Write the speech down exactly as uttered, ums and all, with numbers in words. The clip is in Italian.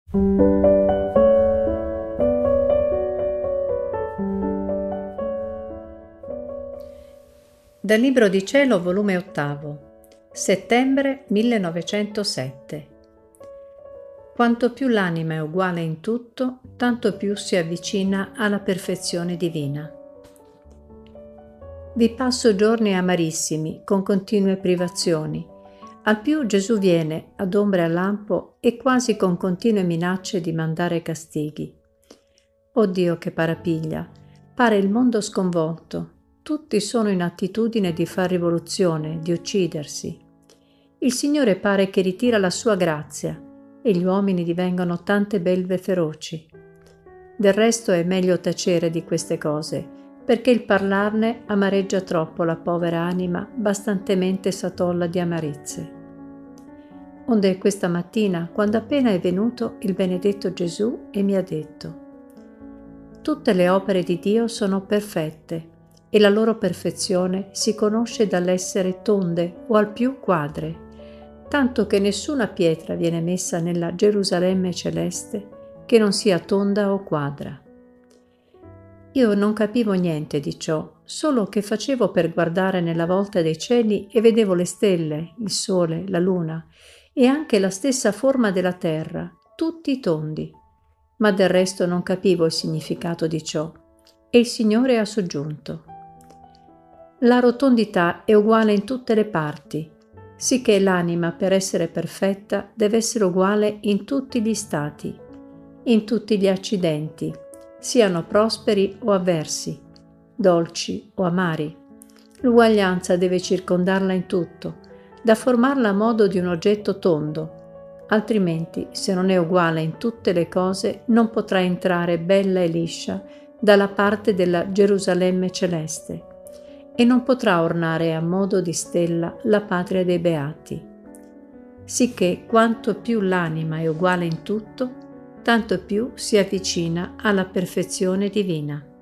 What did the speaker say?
Dal Libro di Cielo, volume ottavo, settembre millenovecentosette. Quanto più l'anima è uguale in tutto, tanto più si avvicina alla perfezione divina. Vi passo giorni amarissimi, con continue privazioni. Al più Gesù viene, ad ombra e a lampo, e quasi con continue minacce di mandare castighi. Oh Dio che parapiglia! Pare il mondo sconvolto. Tutti sono in attitudine di far rivoluzione, di uccidersi. Il Signore pare che ritira la sua grazia e gli uomini divengono tante belve feroci. Del resto è meglio tacere di queste cose, perché il parlarne amareggia troppo la povera anima bastantemente satolla di amarizze. Onde questa mattina, quando appena è venuto il benedetto Gesù e mi ha detto: tutte le opere di Dio sono perfette, e la loro perfezione si conosce dall'essere tonde o al più quadre, tanto che nessuna pietra viene messa nella Gerusalemme celeste che non sia tonda o quadra. Io non capivo niente di ciò, solo che facevo per guardare nella volta dei cieli e vedevo le stelle, il sole, la luna e anche la stessa forma della terra, tutti tondi, ma del resto non capivo il significato di ciò. E il Signore ha soggiunto: la rotondità è uguale in tutte le parti, sicché l'anima per essere perfetta deve essere uguale in tutti gli stati, in tutti gli accidenti, siano prosperi o avversi, dolci o amari. L'uguaglianza deve circondarla in tutto, da formarla a modo di un oggetto tondo, altrimenti se non è uguale in tutte le cose non potrà entrare bella e liscia dalla parte della Gerusalemme celeste, e non potrà ornare a modo di stella la patria dei beati. Sicché quanto più l'anima è uguale in tutto, tanto più si avvicina alla perfezione divina.